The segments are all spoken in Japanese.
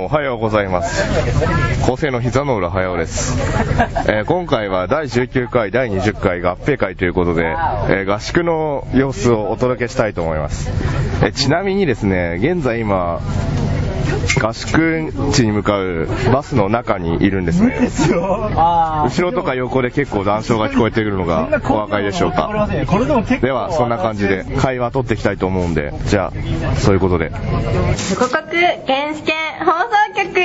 おはようございます。構成の膝の浦駿です。今回は第19回第20回合併会ということで、合宿の様子をお届けしたいと思います。ちなみにですね、現在今合宿地に向かうバスの中にいるんですね。後ろとか横で結構談笑が聞こえてくるのがお分かりでしょうか。ではそんな感じで会話取っていきたいと思うんで、じゃあそういうことで五国原始圏放送局。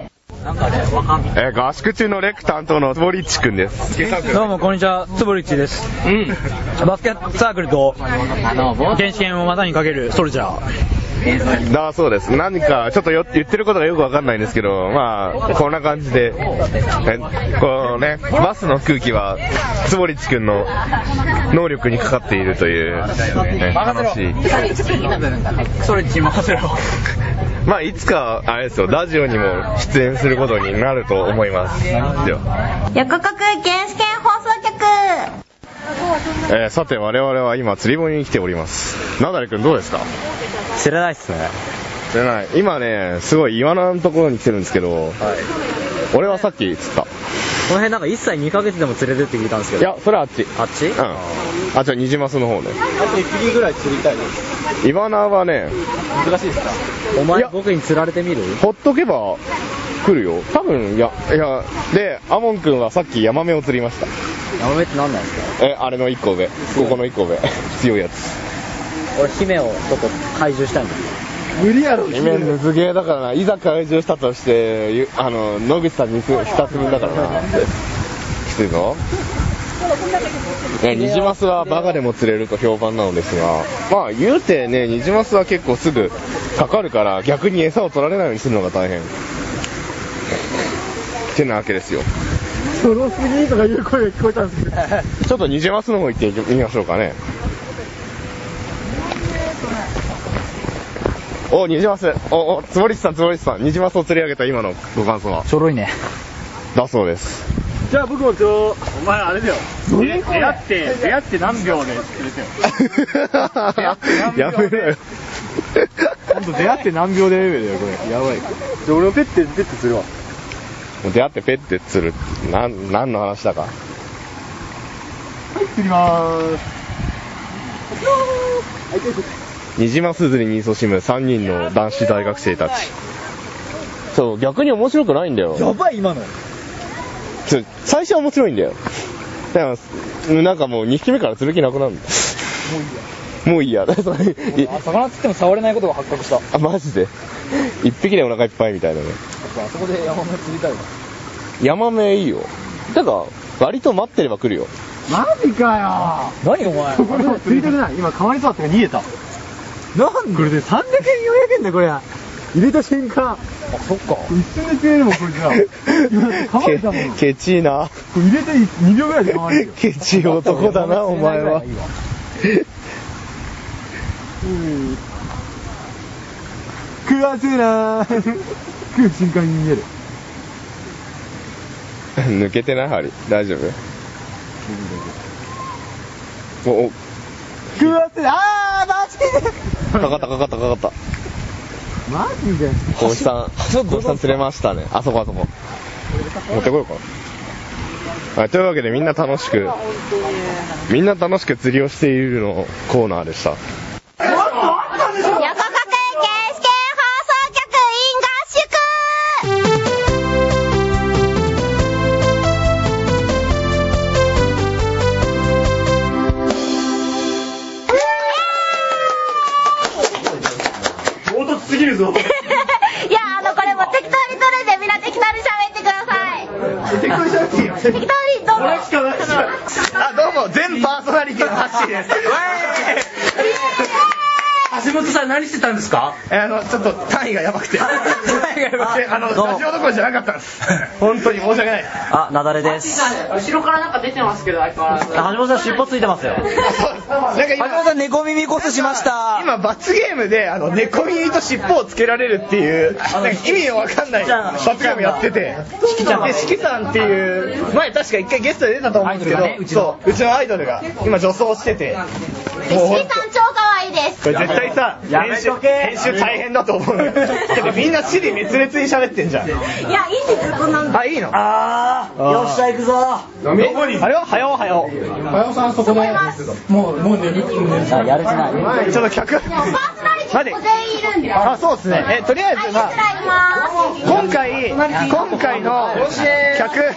合宿中のレク担当のつぼりっちくんです。 どうもこんにちは、つぼりっちです。バスケサークルと原始圏を股にかけるソルジャーだそうです。何かちょっと言ってることがよくわかんないんですけど、まあこんな感じで、こうね、バスの空気はつぼりっちくんの能力にかかっているという、話。 ソルジ任せろ。 まあいつかあれですよ、ラジオにも出演することになると思います。では横国原始圏放送局。 さて我々は今釣り堀に来ております。なだれくんどうですか？ 知らないっすね。 知らない。今ね、すごい岩のところに来てるんですけど、俺はさっき釣った。 この辺なんか1歳2ヶ月でも釣れるって聞いたんですけど。 いや、それはあっち。 あっち？ あっちはニジマスの方ね。 あと1匹ぐらい釣りたいです。 イワナはね、 難しいですか？お前僕に釣られてみる？ ほっとけば来るよ。多分、いや、で、アモン君はさっきヤマメを釣りました。 ヤマメって何なんですか？ あれの1個上。ここの1個上。強いやつ。 俺姫をちょっと怪獣したいんだ。 無理やろ。姫むずゲーだからな。いざ怪獣したとして野口さんに2つ分だからな。きついぞ。ニジマスはバカでも釣れると評判なのですが、まあ言うてね、ニジマスは結構すぐかかるから逆に餌を取られないようにするのが大変ってなわけですよ。 そろすぎとかいう声が聞こえたんですけどちょっとニジマスの方行ってみましょうかね。お、ニジマス。つぼりちさん、ニジマスを釣り上げた今のご感想は？ ちょろいね。だそうです。 じゃあ僕もお前あれだよ。出会って何秒で釣れたよ。 やめろよ。 ほんと出会って何秒でレベルだよこれ。やばい。じゃあ俺もペッて釣るわ。 出会ってペッて釣る。何の話だか。 はい、釣りまーす。 ニジマス釣りに勤しむ3人の男子大学生たち。そう、逆に面白くないんだよ。 やばい今の。 最初は面白いんだよ。だからなんかもう2匹目から釣る気なくなるんだ。もういいや。魚釣っても触れないことが発覚した。 あ、マジで。1匹でお腹いっぱいみたいなね。 あそこでヤマメ釣りたいわ。 ヤマメいいよ。だから割と待ってれば来るよ。 マジかよ。何お前。これも釣りたくない。今変わりそうだったから逃げた。なんこれで300円400円だこれ。入れた瞬間。あ、そっか。一瞬で釣れるもんこれじゃ。今変わったもん。 ケチいな。 これ入れて2秒ぐらいで変わるよ。 ケチ男だなお前は。 食わせなー。食う瞬間に逃げる。 抜けてない針大丈夫？ 食わせなー。マジでかかったマジで小石さん釣れましたね。あそこ持ってこようかな。というわけでみんな楽しく釣りをしているのコーナーでした。 いや、これも適当に撮るんでみんな適当に喋ってください。適当に喋っていいよ。適当にどうぞ。 あ、どうも、全パーソナリティのハッシーです。橋本さん何してたんですか？ちょっと単位がやばくて。ラジオどころじゃなかったんです。本当に申し訳ない。 あ、なだれです。 後ろからなんか出てますけど、相変わらず。 橋本さん尻尾ついてますよ。橋本さん猫耳コスしました。 今罰ゲームで猫耳と尻尾をつけられるっていう意味のわかんない罰ゲームやってて、しきさんっていう前確か一回ゲストで出たと思うんですけど、そう、うちのアイドルが今女装してて、 しきさん超可愛い。 いです。 これ絶対さ、編集大変だと思う。だってみんな尻滅裂に喋ってんじゃん。いや、いいんですよ、こんなの。 あ、いいの？ よっしゃ行くぞ。 どこに？はよさんそこで。 もうね、やるじゃない。 ちょっと客。 パーソナリティも全員いるんで。 あ、そうですね。とりあえずまあ今回の客。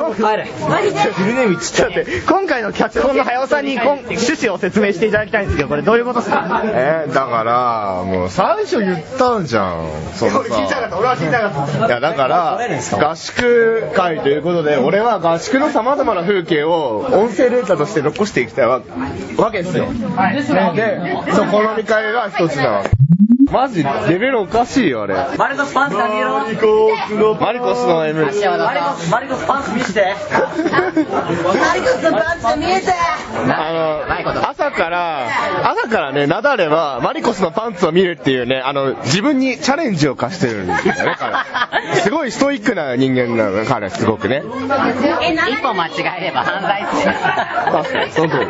今回の脚本の早尾さんに趣旨を説明していただきたいんですけど、これどういうことですか？ だからもう最初言ったんじゃん。そのさ、 俺は聞いたかった。 いやだから合宿会ということで、俺は合宿のさまざまな風景を音声データとして残していきたいわけですよ。で、そこの見返りが一つなわけ。マジレベルおかしいよあれ。 マリコスパンツ見ろ。 マリコスの M。 マリコスパンツ見して。マリコスのパンツ見えて。 朝からね、ナダレはマリコスのパンツを見るっていうね、自分にチャレンジを課してるんですよね、彼。すごいストイックな人間なのね、彼、すごくね。 一歩間違えれば犯罪っすよ。 確かに、その通り。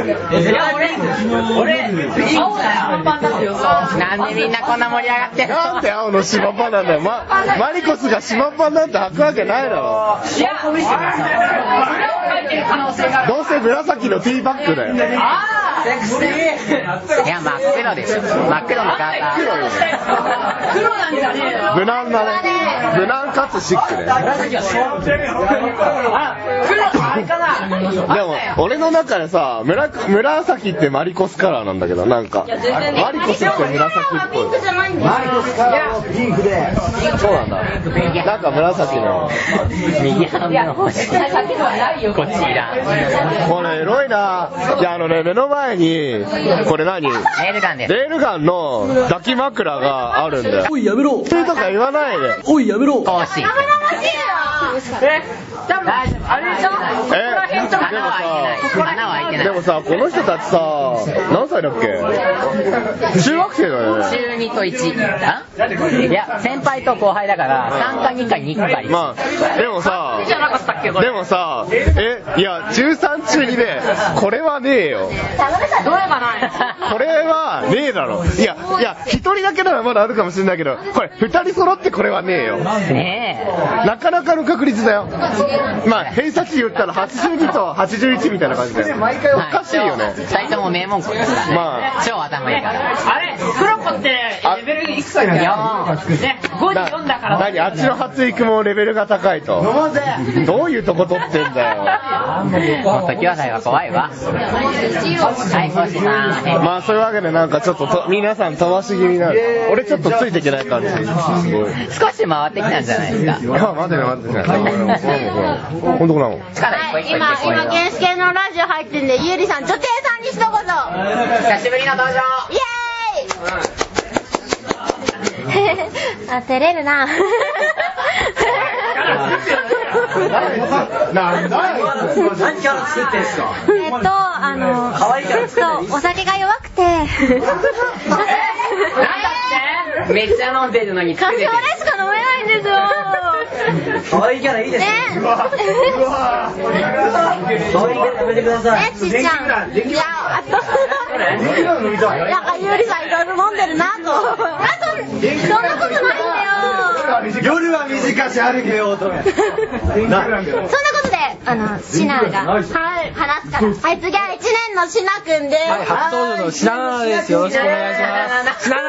俺、青だよ、半端だよ。なんでみんなこんな盛り上がってるの？ なんで青の島パンなんだよ。マリコスが島パンなんて履くわけないだろ。 いや、それを書いてる可能性がある。 どうせ紫のティーバッグだよ。 セクシー。いや、真っ黒でしょ。真っ黒のガーター。黒なんじゃねえよ。 無難だね。無難かつシックで。 紫はそう。黒あれかな。 でも俺の中でさ、紫ってマリコスカラーなんだけど、なんかマリコスって紫っぽい。 ピンクじゃないんですよ。 マリコスカラーピンクで。 そうなんだ。なんか紫の。 右半分の方しかないよ、こちら。 これエロいな。じゃあ目の前にこれ何？レールガンです。 レールガンの抱き枕があるんだよ。 おいやめろ。 それとか言わないで。 おいやめろ。 惜しい。 生々しいよ。 多分あれでしょ？穴は開いてない。 でもさ、この人たちさ、何歳だっけ？中学生だよね。 中2と1。いや、先輩と後輩だから3か2か2か。 まあでもさ、 じゃなかったっけこれ。 でもさ、いや中3中2でこれはねえよ。 どれかない。 これはねえだろ。いや一人だけならまだあるかもしれないけど、これ2人揃ってこれはねえよ。 ねえ。なかなかの確率だよ。まあ偏差値言ったら82と81みたいな感じだよ。毎回おかしいよね。 2人とも名門校ですからね。まあ超頭いいから。あれ黒子ってレベルいくつだっけ？4。ね、5に4だから。 何あっちの発育もレベルが高いと。どういうとこ取ってんだよ。 もっと兄弟は怖いわ。はい、星さん。 まあそういうわけでなんかちょっと皆さん飛ばし気味になる。俺ちょっとついていけない感じ。すごい。 少し回ってきたんじゃないですか。 いや待って。本当かな。 今原始系のラジオ入ってんで、ゆうりさん女帝さんに一言。 久しぶりの登場。 イエーイ。あ、照れるな。 何キャラ作ってんすか？ 可愛いから作ってんの。お酒が弱くて。なんだって？めっちゃ飲んでるのに作れてる。 カシオレしか飲めないんですよ。 可愛いキャラいいですね。可愛いキャラやめてください。 ちっちゃん。いや、なんかゆうりさんいろいろ飲んでるなと。そんなことないんだよ。 夜は短し歩けよ乙女。 そんなことで、シナが話すから。はい、次は1年のシナくんです。 はい、初登場のシナです。よろしくお願いします。シナ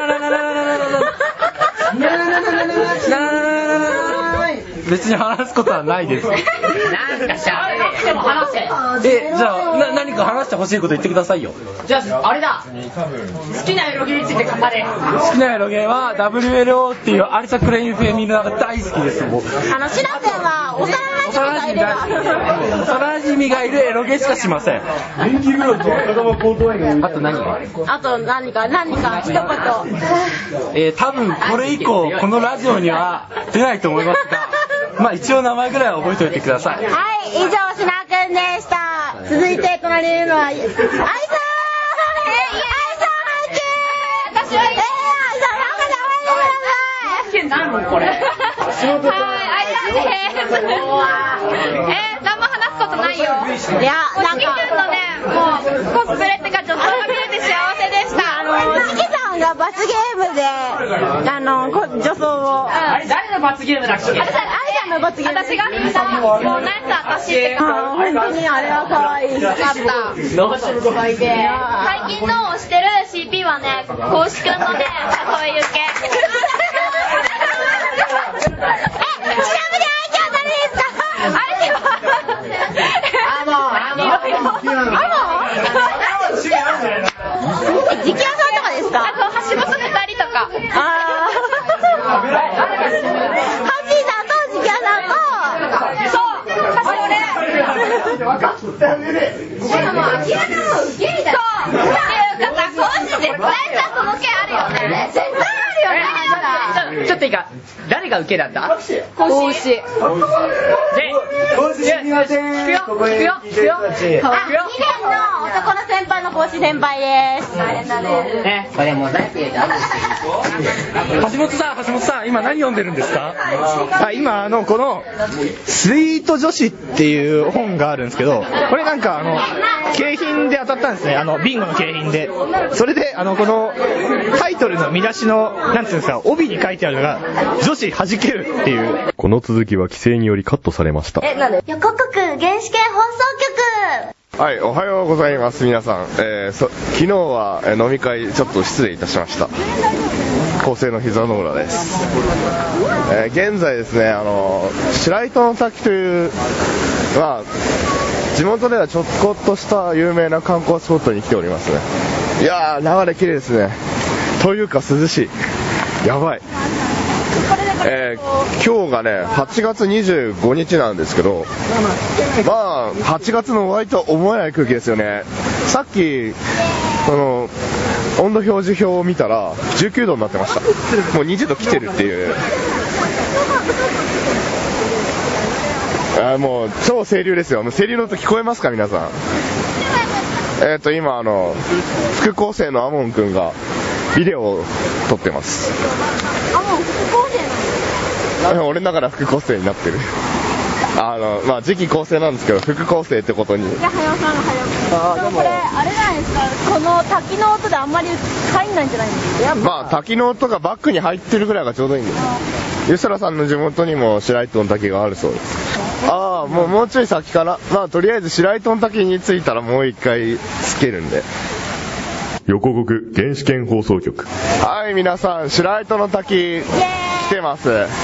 別に話すことはないです。 なんかしゃべれ。でも話せ。 じゃあ何か話してほしいこと言ってくださいよ。 じゃああれだ。好きなエロゲについて語れ。 好きなエロゲは WLO っていうアリサ・クレインフェミナが大好きです。 シナくんは幼馴染がいるエロゲしかしません。電気風呂とあと何か一言。 多分これ以降このラジオには出ないと思いますが、まあ一応名前ぐらいは覚えておいてください。 はい、以上シナくんでした。続いて隣にいるのは愛さん。私は何もこれ。はい、 愛さんです。 何も話すことないよ。 いや、なんかのね、もうコスプレってか女装が見れて幸せでした。 チキさんが罰ゲームで女装をあれ誰の罰ゲームだっけ？ あれさんの罰ゲーム。 私が見たもうナイス私って本当にあれは可愛い。 よかった。最近の推してる CP はね、公式くんのね、誘い受け。 ちなみに相手は誰ですか？相手はジキヤさんとかですか？ 橋本2人とか。 ハッピーさんとジキヤさんとそう俺しかも明らかも受け身だよ。そうっていうかさ、コーチ絶対さその件あるよね。絶対あるよね。 ちょっといいか、誰が受けだった？ 講師。 で、 講師すみません。 聞くよ。 2年の男の先輩の講師先輩です。 ね、これモザイク入れてあるんです橋本さん、今何読んでるんですか？ 今このスイート女子っていう本があるんですけど、これなんか景品で当たったんですね。ビンゴの景品で。それでこのタイトルの見出しのなんていうんですか、帯に書いてあるのが女子弾けるっていう。 この続きは規制によりカットされました。 予告区原始圏放送局。 はい、おはようございます皆さん。昨日は飲み会ちょっと失礼いたしました。構成の膝の裏です。現在ですね、白糸の滝という地元ではちょこっとした有名な観光スポットに来ておりますね。いやー、流れ綺麗ですね。というか涼しい。やばい。今日がね8月25日なんですけど、8月の終わりとは思えない空気ですよね。さっき温度表示表を見たら19度になってました。もう20度来てるっていう。もう超清流ですよ。清流の音聞こえますか皆さん？今副校生のアモン君がビデオを撮ってます。 あ、もう副校生なの？ 俺の中では副校生になってる。次期校生なんですけど副校生ってことに。 じゃあ早尾さんの早尾。これあれじゃないですか。この滝の音であんまり入んないんじゃないんですか？ 滝の音がバックに入ってるぐらいがちょうどいいんです。ゆすらさんの地元にも白糸の滝があるそうです。もうちょい先かな。とりあえず白糸の滝に着いたらもう一回つけるんで。横国原始圏放送局。はい、皆さん白糸の滝来てます。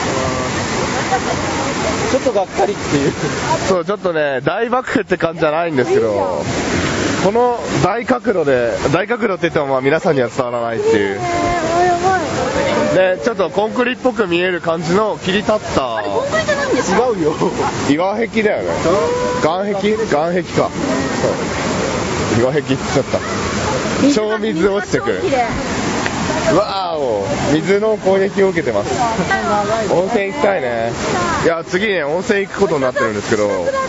ちょっとがっかりっていう。 そう、ちょっとね大爆風って感じじゃないんですけど、この大角度って言っても皆さんには伝わらないっていう。でちょっとコンクリっぽく見える感じの切り立った。 あれコンクリじゃないんですか？ 違うよ。岩壁だよね。岩壁か。岩壁って言っちゃった。超水落ちてくる。わーお、水の攻撃を受けてます。温泉行きたいね。いや次ね温泉行くことになってるんですけど、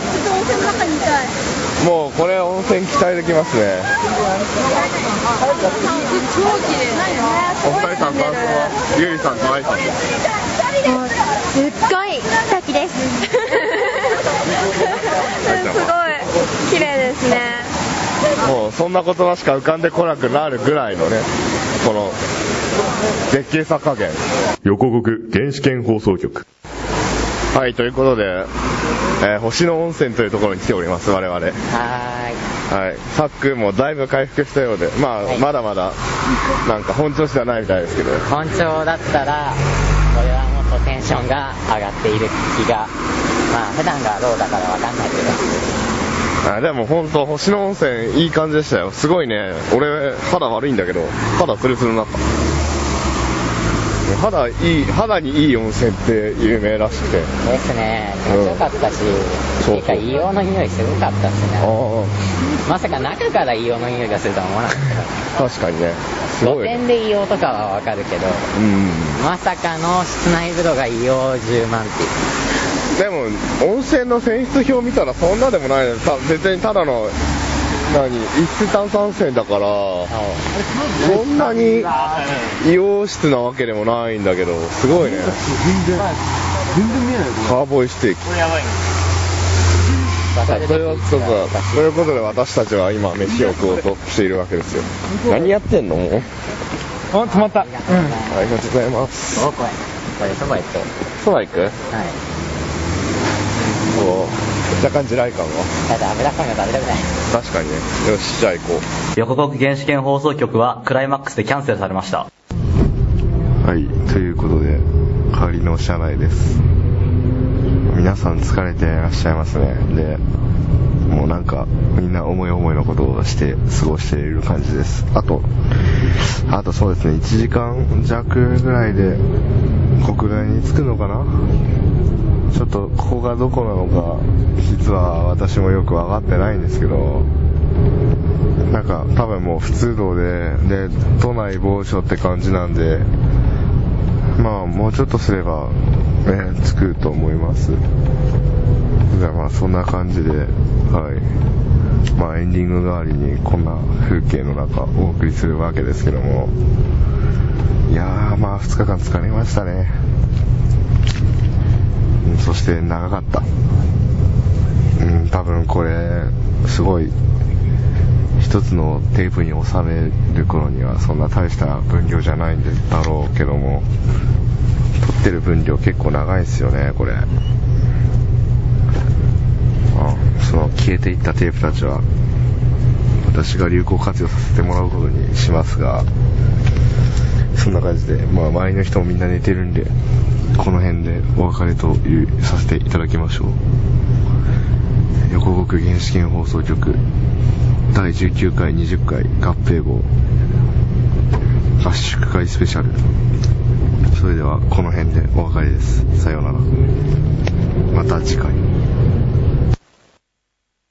もうこれ温泉期待できますね。お二人さん感想は？ゆりさんとあいさん。 すっごい滝です。すごい綺麗ですね。 もうそんな言葉しか浮かんでこなくなるぐらいのね、この絶景さ加減。横国原始圏放送局。はい、ということで、星野温泉というところに来ております我々。はい。さっくんもだいぶ回復したようで、まだまだなんか本調子ではないみたいですけど。 本調だったらこれはもっとテンションが上がっている気が、普段がどうだからわかんないけど。 でも本当星野温泉いい感じでしたよ。すごいね。俺肌悪いんだけど肌ツルツルになった。肌にいい温泉って有名らしくてですね。気持ちよかったし、ていうか硫黄の匂いすごかったっすね。まさか中から硫黄の匂いがするとは思わなかった。 確かにね。すごい露天で硫黄とかはわかるけど、まさかの室内風呂が硫黄10万っていう。 でも温泉の泉質表見たらそんなでもない。別にただの一質炭酸泉だからそんなに硫黄質なわけでもないんだけど、すごいね。 全然見えない。 カーボーイステーキ。 これやばいね。 ということで私たちは今飯を食おうとしているわけですよ。何やってんの？ あ、止まった。 ありがとうございます。 これそば行こう。 そば行く？ はい。 若干地雷感は。 油感がダメだくない。 確かにね。よし、じゃあ行こう。 横国原始圏放送局はクライマックスでキャンセルされました。 はい、ということで帰りの車内です。皆さん疲れていらっしゃいますね。でもうなんかみんな思い思いのことをして過ごしている感じです。あとそうですね、1時間弱ぐらいで国外に着くのかな。ちょっとここがどこなのか実は私もよく分かってないんですけど、なんか多分もう普通道で都内某所って感じなんで、まあもうちょっとすればね着くと思います。じゃあまあそんな感じで、はい、まあエンディング代わりにこんな風景の中お送りするわけですけども、いやーまあ2日間疲れましたね。そして長かった。多分これすごい一つのテープに収める頃にはそんな大した分量じゃないんだろうけども、撮ってる分量結構長いですよねこれ。その消えていったテープたちは私が有効活用させてもらうことにしますが、そんな感じで、まあ周りの人もみんな寝てるんでこの辺でお別れとさせていただきましょう。横国原始圏放送局第19回20回合併号合宿会スペシャル。それではこの辺でお別れです。さようなら。また次回。